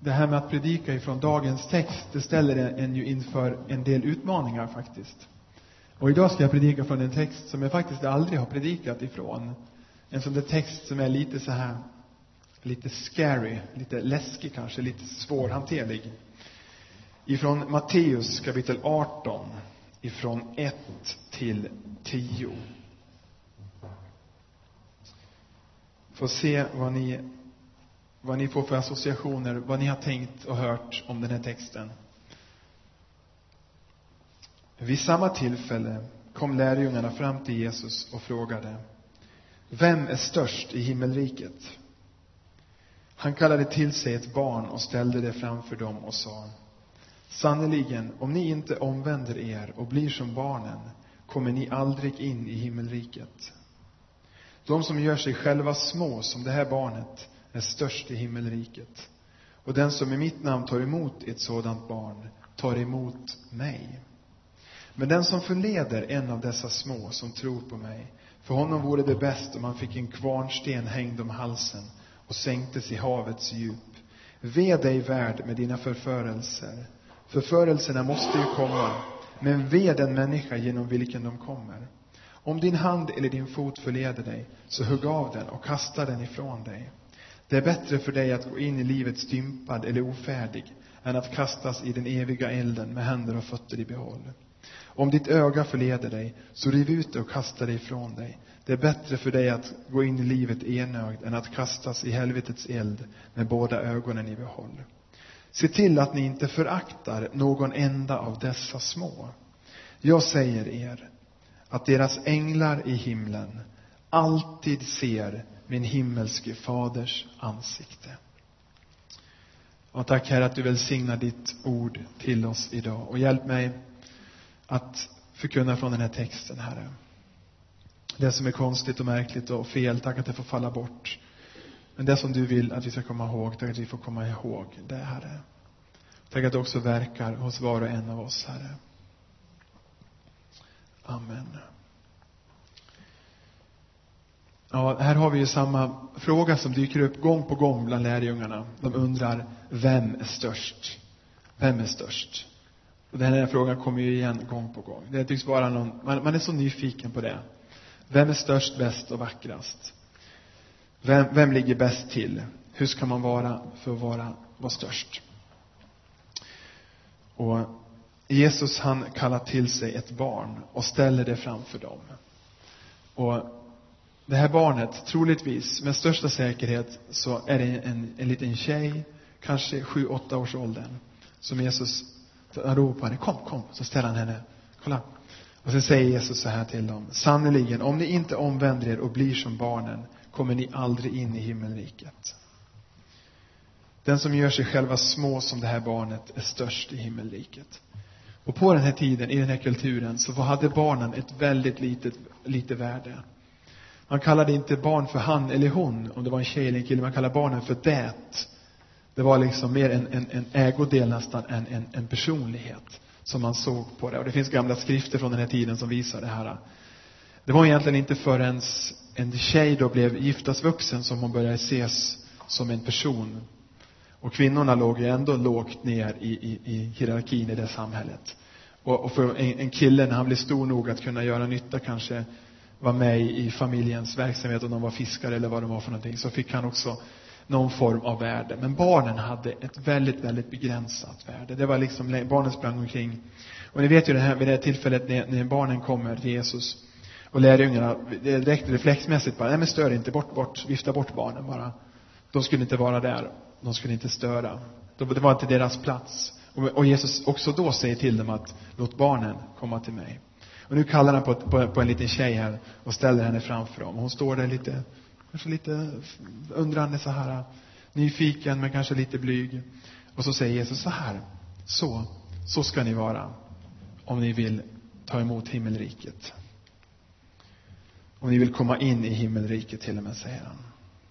det här med att predika ifrån dagens text, det ställer en ju inför en del utmaningar faktiskt. Och idag ska jag predika från en text som jag faktiskt aldrig har predikat ifrån. En sån där text som är lite så här, lite scary, lite läskig kanske, lite svårhanterlig. Ifrån Matteus kapitel 18, ifrån 1 till 10. Får se vad ni får för associationer, vad ni har tänkt och hört om den här texten. Vid samma tillfälle kom lärjungarna fram till Jesus och frågade: vem är störst i himmelriket? Han kallade till sig ett barn och ställde det framför dem och sa: sannoliken, om ni inte omvänder er och blir som barnen, kommer ni aldrig in i himmelriket. De som gör sig själva små som det här barnet är störst i himmelriket. Och den som i mitt namn tar emot ett sådant barn tar emot mig. Men den som förleder en av dessa små som tror på mig, för honom vore det bäst om han fick en kvarnsten hängd om halsen och sänktes i havets djup. Ve dig värld med dina förförelser. Förförelserna måste ju komma, men ve den människa genom vilken de kommer. Om din hand eller din fot förleder dig, så hugg av den och kasta den ifrån dig. Det är bättre för dig att gå in i livet stympad eller ofärdig än att kastas i den eviga elden med händer och fötter i behåll. Om ditt öga förleder dig, så riv ut det och kasta det ifrån dig. Det är bättre för dig att gå in i livet enögd än att kastas i helvetets eld med båda ögonen i behåll. Se till att ni inte föraktar någon enda av dessa små. Jag säger er att deras änglar i himlen alltid ser min himmelske faders ansikte. Och tack Herre att du välsignar ditt ord till oss idag. Och hjälp mig att förkunna från den här texten, Herre. Det som är konstigt och märkligt och fel, tack att det får falla bort. Men det som du vill att vi ska komma ihåg, tack att vi får komma ihåg det, Herre. Tack att du också verkar hos var och en av oss, Herre. Amen. Ja, här har vi ju samma fråga som dyker upp gång på gång bland lärjungarna. De undrar, vem är störst? Vem är störst? Och den här frågan kommer ju igen gång på gång. Det tycks vara man är så nyfiken på det. Vem är störst, bäst och vackrast? Vem ligger bäst till? Hur ska man vara för att vara störst? Och Jesus, han kallar till sig ett barn och ställer det framför dem. Och det här barnet, troligtvis med största säkerhet, så är det en liten tjej, kanske 7-8 års åldern, som Jesus ropar henne, kom, så ställer han henne, kolla. Och så säger Jesus så här till dem: sannoliken, om ni inte omvänder er och blir som barnen, kommer ni aldrig in i himmelriket. Den som gör sig själva små som det här barnet är störst i himmelriket. Och på den här tiden, i den här kulturen, så hade barnen ett väldigt litet värde. Man kallade inte barn för han eller hon, om det var en tjej eller en kille. Man kallade barnen för det. Det var liksom mer en ägodel nästan än en personlighet som man såg på det. Och det finns gamla skrifter från den här tiden som visar det här. Det var egentligen inte förrän en tjej då blev giftasvuxen som hon började ses som en person. Och kvinnorna låg ju ändå lågt ner i hierarkin i det samhället. Och för en kille, när han blev stor nog att kunna göra nytta, kanske var med i familjens verksamhet, om de var fiskare eller vad de var för någonting, så fick han också någon form av värde. Men barnen hade ett väldigt, väldigt begränsat värde. Det var liksom, barnen sprang omkring. Och ni vet ju vid det här tillfället när barnen kommer till Jesus och lärjungarna, det räckte reflexmässigt bara, nej men stör inte, bort, vifta bort barnen bara. De skulle inte vara där, de skulle inte störa. Det var inte deras plats. Och Jesus också då säger till dem att låt barnen komma till mig. Och nu kallar han på en liten tjej här och ställer henne framför dem. Hon står där kanske lite undrande så här, nyfiken men kanske lite blyg. Och så säger Jesus så här: så ska ni vara om ni vill ta emot himmelriket. Om ni vill komma in i himmelriket till och med, säger han.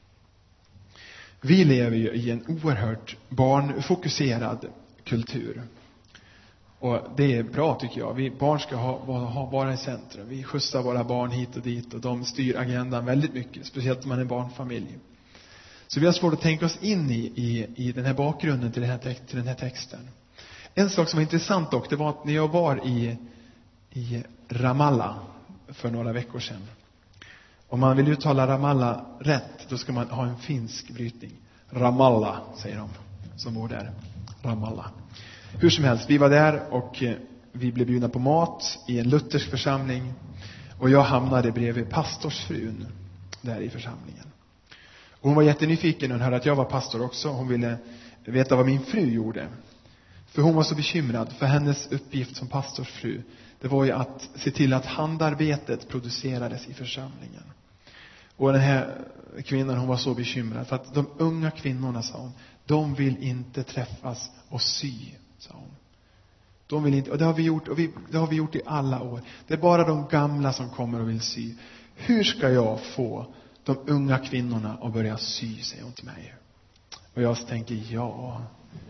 Vi lever ju i en oerhört barnfokuserad kultur. Och det är bra, tycker jag. Barn ska vara i centrum. Vi skjutsar våra barn hit och dit och de styr agendan väldigt mycket. Speciellt om man är barnfamilj. Så vi har svårt att tänka oss in i den här bakgrunden till den här texten. En sak som var intressant dock, det var att när jag var i Ramallah för några veckor sedan. Om man vill uttala Ramallah rätt, då ska man ha en finsk brytning. Ramallah, säger de som bor där. Ramallah. Hur som helst, vi var där och vi blev bjudna på mat i en luthersk församling. Och jag hamnade bredvid pastorsfrun där i församlingen. Och hon var jättenyfiken när hon hörde att jag var pastor också. Hon ville veta vad min fru gjorde. För hon var så bekymrad, för hennes uppgift som pastorsfru, det var ju att se till att handarbetet producerades i församlingen. Och den här kvinnan, hon var så bekymrad. För att de unga kvinnorna, sa hon, de vill inte träffas och sy, sa hon. De vill inte, och det har vi gjort, det har vi gjort i alla år. Det är bara de gamla som kommer och vill sy. Hur ska jag få de unga kvinnorna att börja sy, säger hon till mig. Och jag tänker, ja,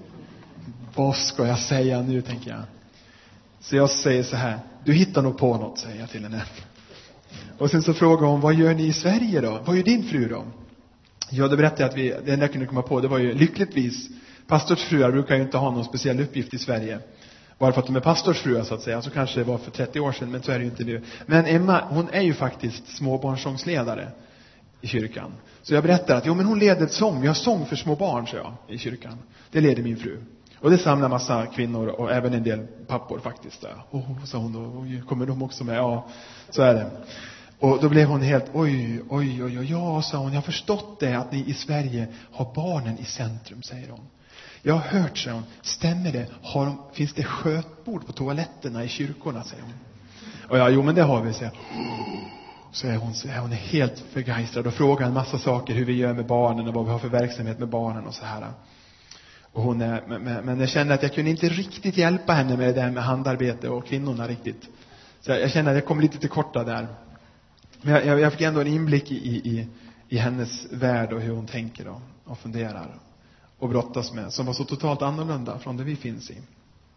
vad ska jag säga nu, tänker jag. Så jag säger så här, du hittar nog på något, säger jag till henne. Och sen så frågar hon, vad gör ni i Sverige då? Vad gör din fru då? Ja, det berättade jag att det enda jag kunde komma på, det var ju lyckligtvis, pastorsfruar brukar ju inte ha någon speciell uppgift i Sverige. Bara för att de är pastorsfruar, så att säga. Så kanske det var för 30 år sedan, men så är det ju inte nu. Men Emma, hon är ju faktiskt småbarnsångsledare i kyrkan. Så jag berättar att men hon leder sång. Vi har sång för små barn, så jag, i kyrkan. Det leder min fru. Och det samlar massa kvinnor och även en del pappor faktiskt. Sa hon då, kommer de också med? Ja, så är det. Och då blev hon helt, oj, ja, sa hon, jag har förstått det att ni i Sverige har barnen i centrum, säger hon. Jag har hört, säger hon, stämmer det? Finns det skötbord på toaletterna i kyrkorna, säger hon. Och ja, jo men det har vi, säger så är hon är helt förgeistrad och frågar en massa saker, hur vi gör med barnen och vad vi har för verksamhet med barnen och så här. Och hon men jag kände att jag kunde inte riktigt hjälpa henne med det där med handarbete och kvinnorna riktigt. Så jag kände att jag kom lite till korta där. Men jag fick ändå en inblick i hennes värld och hur hon tänker och funderar och brottas med, som var så totalt annorlunda från det vi finns i.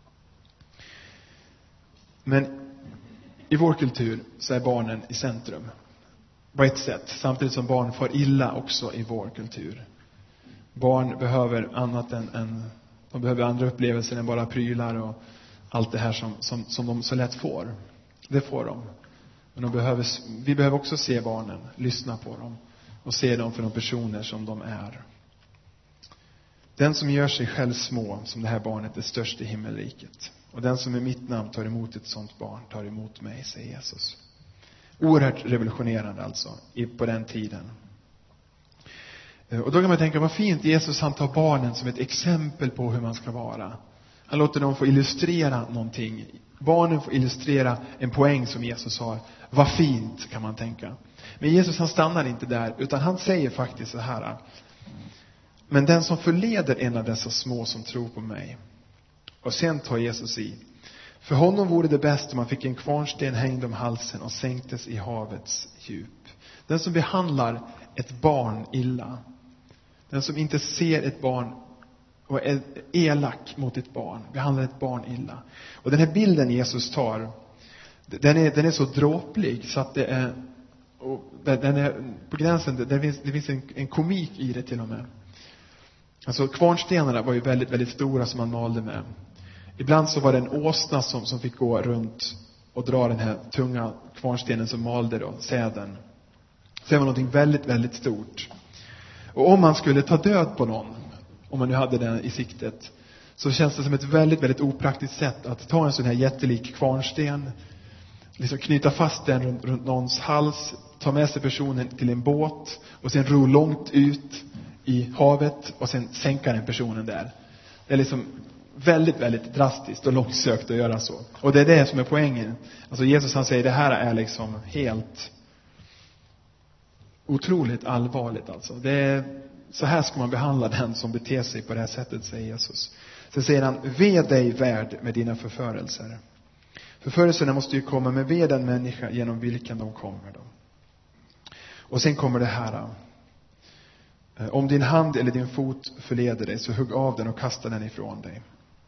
Men i vår kultur så är barnen i centrum på ett sätt, samtidigt som barn får illa också i vår kultur. Barn behöver annat än de behöver andra upplevelser än bara prylar och allt det här som de så lätt får. Det får de. Men vi behöver också se barnen, lyssna på dem och se dem för de personer som de är. Den som gör sig själv små som det här barnet är störst i himmelriket. Och den som i mitt namn tar emot ett sånt barn tar emot mig, säger Jesus. Oerhört revolutionerande alltså på den tiden. Och då kan man tänka, vad fint, Jesus han tar barnen som ett exempel på hur man ska vara. Han låter dem få illustrera någonting. Barnen får illustrera en poäng som Jesus har. Vad fint, kan man tänka. Men Jesus han stannar inte där, utan han säger faktiskt så här. Men den som förleder en av dessa små som tror på mig. Och sen tar Jesus i. För honom vore det bäst om man fick en kvarnsten hängd om halsen och sänktes i havets djup. Den som behandlar ett barn illa. Den som inte ser ett barn och är elak mot ett barn. Behandlar ett barn illa. Och den här bilden Jesus tar, den är så dråplig så att det är, och den är på gränsen, det finns en komik i det till och med. Alltså kvarnstenarna var ju väldigt, väldigt stora som man malde med. Ibland så var det en åsna som fick gå runt och dra den här tunga kvarnstenen som malde då, säden. Så det var någonting väldigt, väldigt stort. Och om man skulle ta död på någon, om man nu hade den i siktet, så känns det som ett väldigt, väldigt opraktiskt sätt att ta en sån här jättelik kvarnsten, liksom knyta fast den runt någons hals, ta med sig personen till en båt och sen ro långt ut i havet och sen sänka den personen där. Det är liksom väldigt, väldigt drastiskt och långsökt att göra så. Och det är det som är poängen. Alltså Jesus han säger, det här är liksom helt otroligt allvarligt alltså. Det är, så här ska man behandla den som beter sig på det här sättet, säger Jesus. Sen säger han, ve dig värd med dina förförelser. Förförelserna måste ju komma, med ve den människa genom vilken de kommer då. Och sen kommer det här. Om din hand eller din fot förleder dig, så hugg av den och kasta den ifrån dig.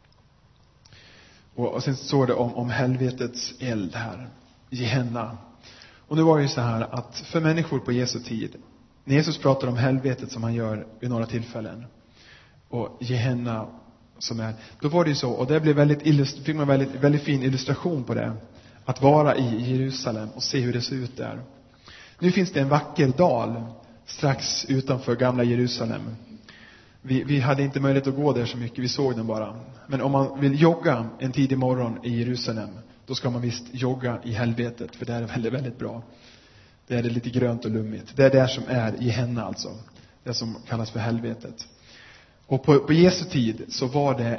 Och sen står det om helvetets eld här. Gehenna. Och nu var det ju så här att för människor på Jesu tid, När Jesus pratar om helvetet som han gör vid några tillfällen. Och Gehenna som är. Då var det ju så. Och det blev fick man väldigt fin illustration på det. Att vara i Jerusalem och se hur det ser ut där. Nu finns det en vacker dal strax utanför gamla Jerusalem. Vi hade inte möjlighet att gå där så mycket, vi såg den bara. Men om man vill jogga en tidig morgon i Jerusalem, då ska man visst jogga i helvetet, för det är väldigt, väldigt bra. Det är lite grönt och lummigt. Det är där som är Gehenna alltså. Det som kallas för helvetet. Och på Jesu tid så var det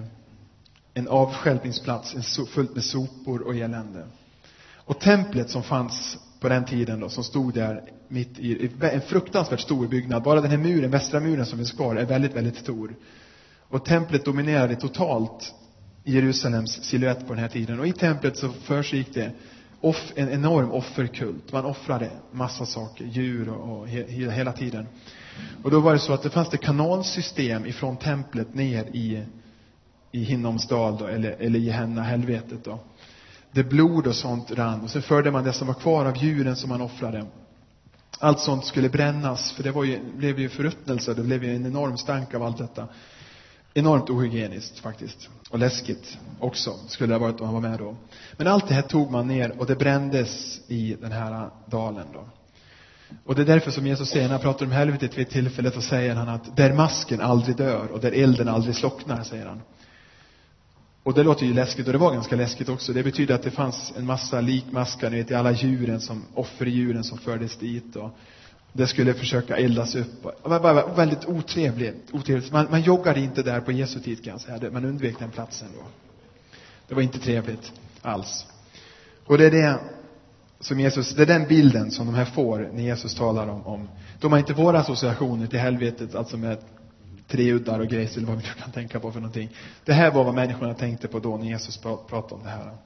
en avstjälpningsplats, fullt med sopor och elände. Och templet som fanns på den tiden då, som stod där mitt i en fruktansvärt stor byggnad. Bara den här muren, västra muren som är kvar, är väldigt, väldigt stor. Och templet dominerade totalt Jerusalems silhuett på den här tiden. Och i templet så försiggick det en enorm offerkult. Man offrade massa saker, djur och hela tiden. Och då var det så att det fanns det kanalsystem ifrån templet ner i Hinnomsdal då, eller Gehenna, helvetet då. Det blod och sånt rann. Och så förde man det som var kvar av djuren som man offrade. Allt sånt skulle brännas. För det blev ju förruttnelse. Det blev ju en enorm stank av allt detta. Enormt ohygieniskt faktiskt. Och läskigt också skulle det ha varit om man var med då. Men allt det här tog man ner och det brändes i den här dalen då. Och det är därför som Jesus säger, när han pratar om helvetet vid tillfället, så säger han att där masken aldrig dör och där elden aldrig slocknar, säger han. Och det låter ju läskigt, och det var ganska läskigt också. Det betyder att det fanns en massa likmaskar i alla djuren, offerdjuren som fördes dit. Och det skulle försöka eldas upp. Det var väldigt otrevligt. Man joggade inte där på Jesu tid, kan jag säga. Man undvek den platsen då. Det var inte trevligt alls. Och det är det som Jesus, det är den bilden som de här får när Jesus talar om. De har inte våra associationer till helvetet, alltså med treuddar och grejs eller vad vi kan tänka på för någonting. Det här var vad människorna tänkte på då när Jesus pratade om det här.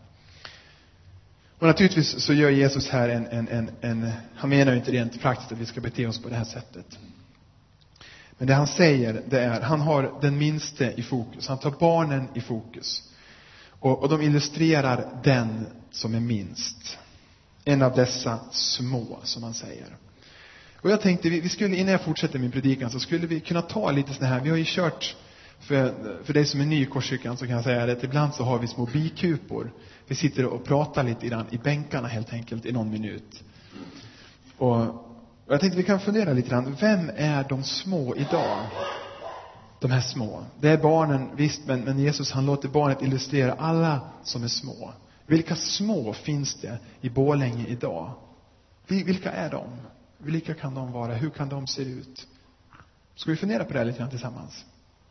Och naturligtvis så gör Jesus här han menar ju inte rent praktiskt att vi ska bete oss på det här sättet. Men det han säger, det är, han har den minste i fokus. Han tar barnen i fokus. Och de illustrerar den som är minst. En av dessa små, som man säger. Och jag tänkte, vi skulle, innan jag fortsätter min predikan, så skulle vi kunna ta lite sådana här. Vi har ju kört, för dig som är ny i Korskyrkan så kan jag säga att ibland så har vi små bikupor. Vi sitter och pratar lite i bänkarna helt enkelt i någon minut. Och jag tänkte vi kan fundera lite grann. Vem är de små idag? De här små. Det är barnen, visst, men Jesus han låter barnet illustrera alla som är små. Vilka små finns det i Borlänge idag? Vilka är de? Vilka kan de vara? Hur kan de se ut? Ska vi fundera på det här lite grann tillsammans?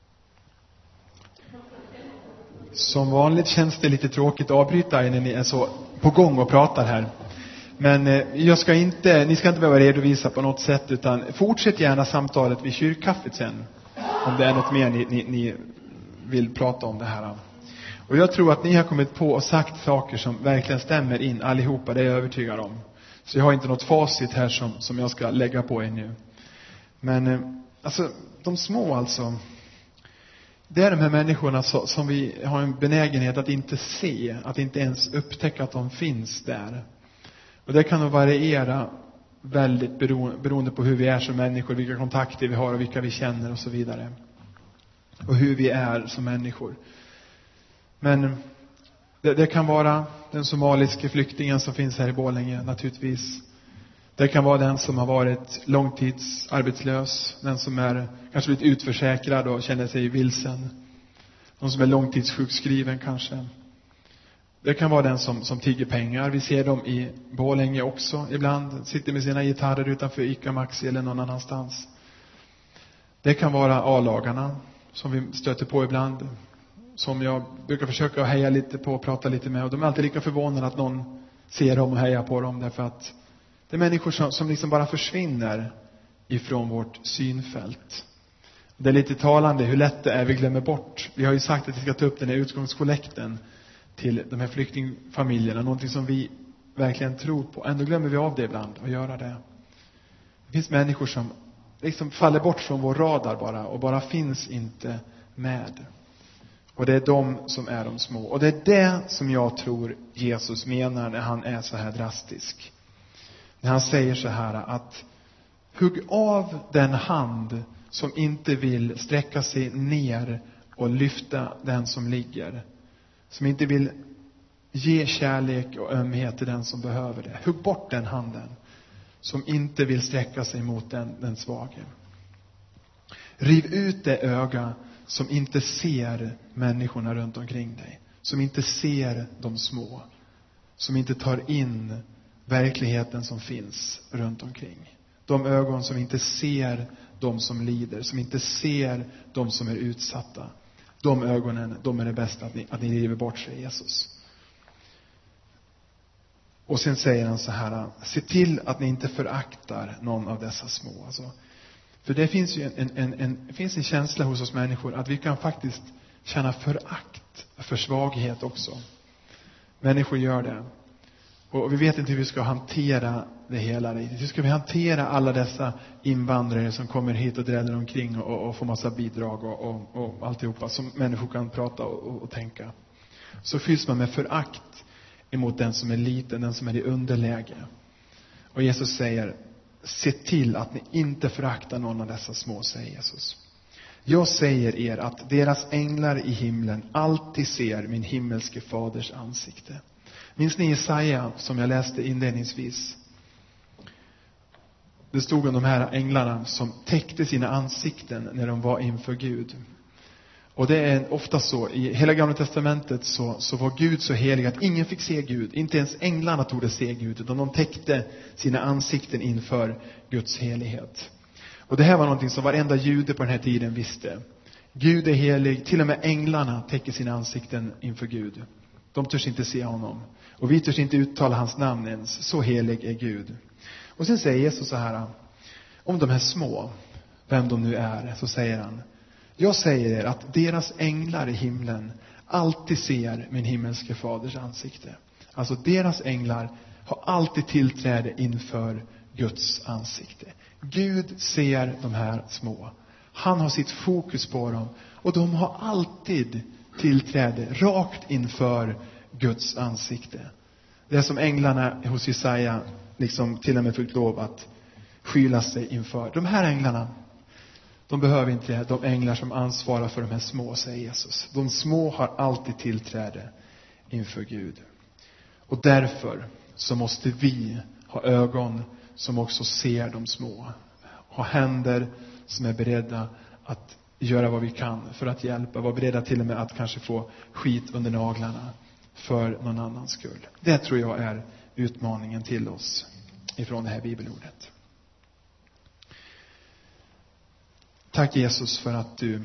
Som vanligt känns det lite tråkigt att avbryta när ni är så på gång och pratar här. Men ni ska inte behöva redovisa på något sätt, utan fortsätt gärna samtalet vid kyrkkaffet sen. Om det är något mer ni vill prata om det här. Och jag tror att ni har kommit på och sagt saker som verkligen stämmer in allihopa, det är jag övertygad om. Så jag har inte något facit här som jag ska lägga på er nu. Men alltså, de små alltså. Det är de här människorna som vi har en benägenhet att inte se. Att inte ens upptäcka att de finns där. Och det kan nog variera väldigt beroende på hur vi är som människor. Vilka kontakter vi har och vilka vi känner och så vidare. Och hur vi är som människor. Men det kan vara den somaliske flyktingen som finns här i Borlänge naturligtvis. Det kan vara den som har varit långtidsarbetslös. Den som är kanske lite utförsäkrad och känner sig vilsen. De som är långtidssjukskriven kanske. Det kan vara den som tigger pengar. Vi ser dem i Borlänge också. Ibland sitter med sina gitarrer utanför Ica Maxi eller någon annanstans. Det kan vara A-lagarna som vi stöter på ibland. Som jag brukar försöka heja lite på och prata lite med. Och de är alltid lika förvånade att någon ser dem och hejar på dem. Därför att det är människor som liksom bara försvinner ifrån vårt synfält. Det är lite talande hur lätt det är vi glömmer bort. Vi har ju sagt att vi ska ta upp den här utgångskollekten till de här flyktingfamiljerna. Någonting som vi verkligen tror på. Ändå glömmer vi av det ibland och göra det. Det finns människor som liksom faller bort från vår radar bara. Och bara finns inte med. Och det är de som är de små. Och det är det som jag tror Jesus menar när han är så här drastisk. När han säger så här att Hugg av den hand som inte vill sträcka sig ner och lyfta den som ligger. Som inte vill ge kärlek och ömhet till den som behöver det. Hugg bort den handen som inte vill sträcka sig mot den svage. Riv ut det öga som inte ser människorna runt omkring dig. Som inte ser de små. Som inte tar in verkligheten som finns runt omkring. De ögon som inte ser de som lider. Som inte ser de som är utsatta. De ögonen, de är det bästa att ni river bort, säger Jesus. Och sen säger han så här: se till att ni inte föraktar någon av dessa små. Alltså, för det finns ju en känsla hos oss människor att vi kan faktiskt känna förakt för svaghet också. Människor gör det. Och vi vet inte hur vi ska hantera det hela. Hur ska vi hantera alla dessa invandrare som kommer hit och dräller omkring och får massa bidrag och alltihopa som människor kan prata och tänka. Så fylls man med förakt emot den som är liten, den som är i underläge. Och Jesus säger: se till att ni inte föraktar någon av dessa små, säger Jesus. Jag säger er att deras änglar i himlen alltid ser min himmelske faders ansikte. Minns ni Jesaja som jag läste inledningsvis? Det stod om de här änglarna som täckte sina ansikten när de var inför Gud. Och det är ofta så, i hela Gamla testamentet så var Gud så helig att ingen fick se Gud. Inte ens änglarna tog se Gud, utan de täckte sina ansikten inför Guds helighet. Och det här var någonting som varenda jude på den här tiden visste. Gud är helig, till och med änglarna täcker sina ansikten inför Gud. De törs inte se honom. Och vi törs inte uttala hans namn ens. Så helig är Gud. Och sen säger Jesus så här: om de här små, vem de nu är, så säger han: jag säger er att deras änglar i himlen alltid ser min himmelske faders ansikte. Alltså deras änglar har alltid tillträde inför Guds ansikte. Gud ser de här små. Han har sitt fokus på dem. Och de har alltid tillträde rakt inför Guds ansikte. Det är som änglarna hos Jesaja liksom till och med fick lov att skyla sig inför. De här änglarna, de behöver inte de änglar som ansvarar för de här små, säger Jesus. De små har alltid tillträde inför Gud. Och därför så måste vi ha ögon som också ser de små. Ha händer som är beredda att göra vad vi kan för att hjälpa. Vara beredda till och med att kanske få skit under naglarna för någon annans skull. Det tror jag är utmaningen till oss ifrån det här bibelordet. Tack Jesus för att du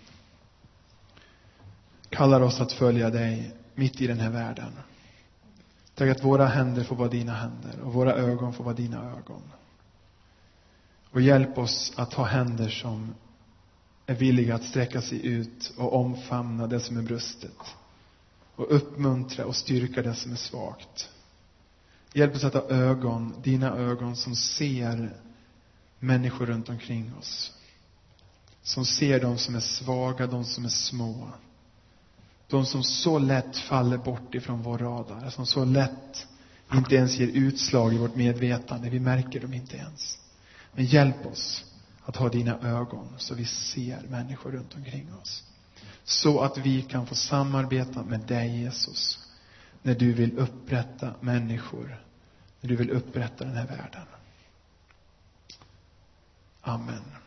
kallar oss att följa dig mitt i den här världen. Tack att våra händer får vara dina händer och våra ögon får vara dina ögon. Och hjälp oss att ha händer som är villiga att sträcka sig ut och omfamna det som är brustet. Och uppmuntra och styrka det som är svagt. Hjälp oss att ha ögon, dina ögon som ser människor runt omkring oss. Som ser de som är svaga, de som är små. De som så lätt faller bort ifrån vår radar. Som så lätt inte ens ger utslag i vårt medvetande. Vi märker dem inte ens. Men hjälp oss att ha dina ögon så vi ser människor runt omkring oss. Så att vi kan få samarbeta med dig Jesus. När du vill upprätta människor. När du vill upprätta den här världen. Amen.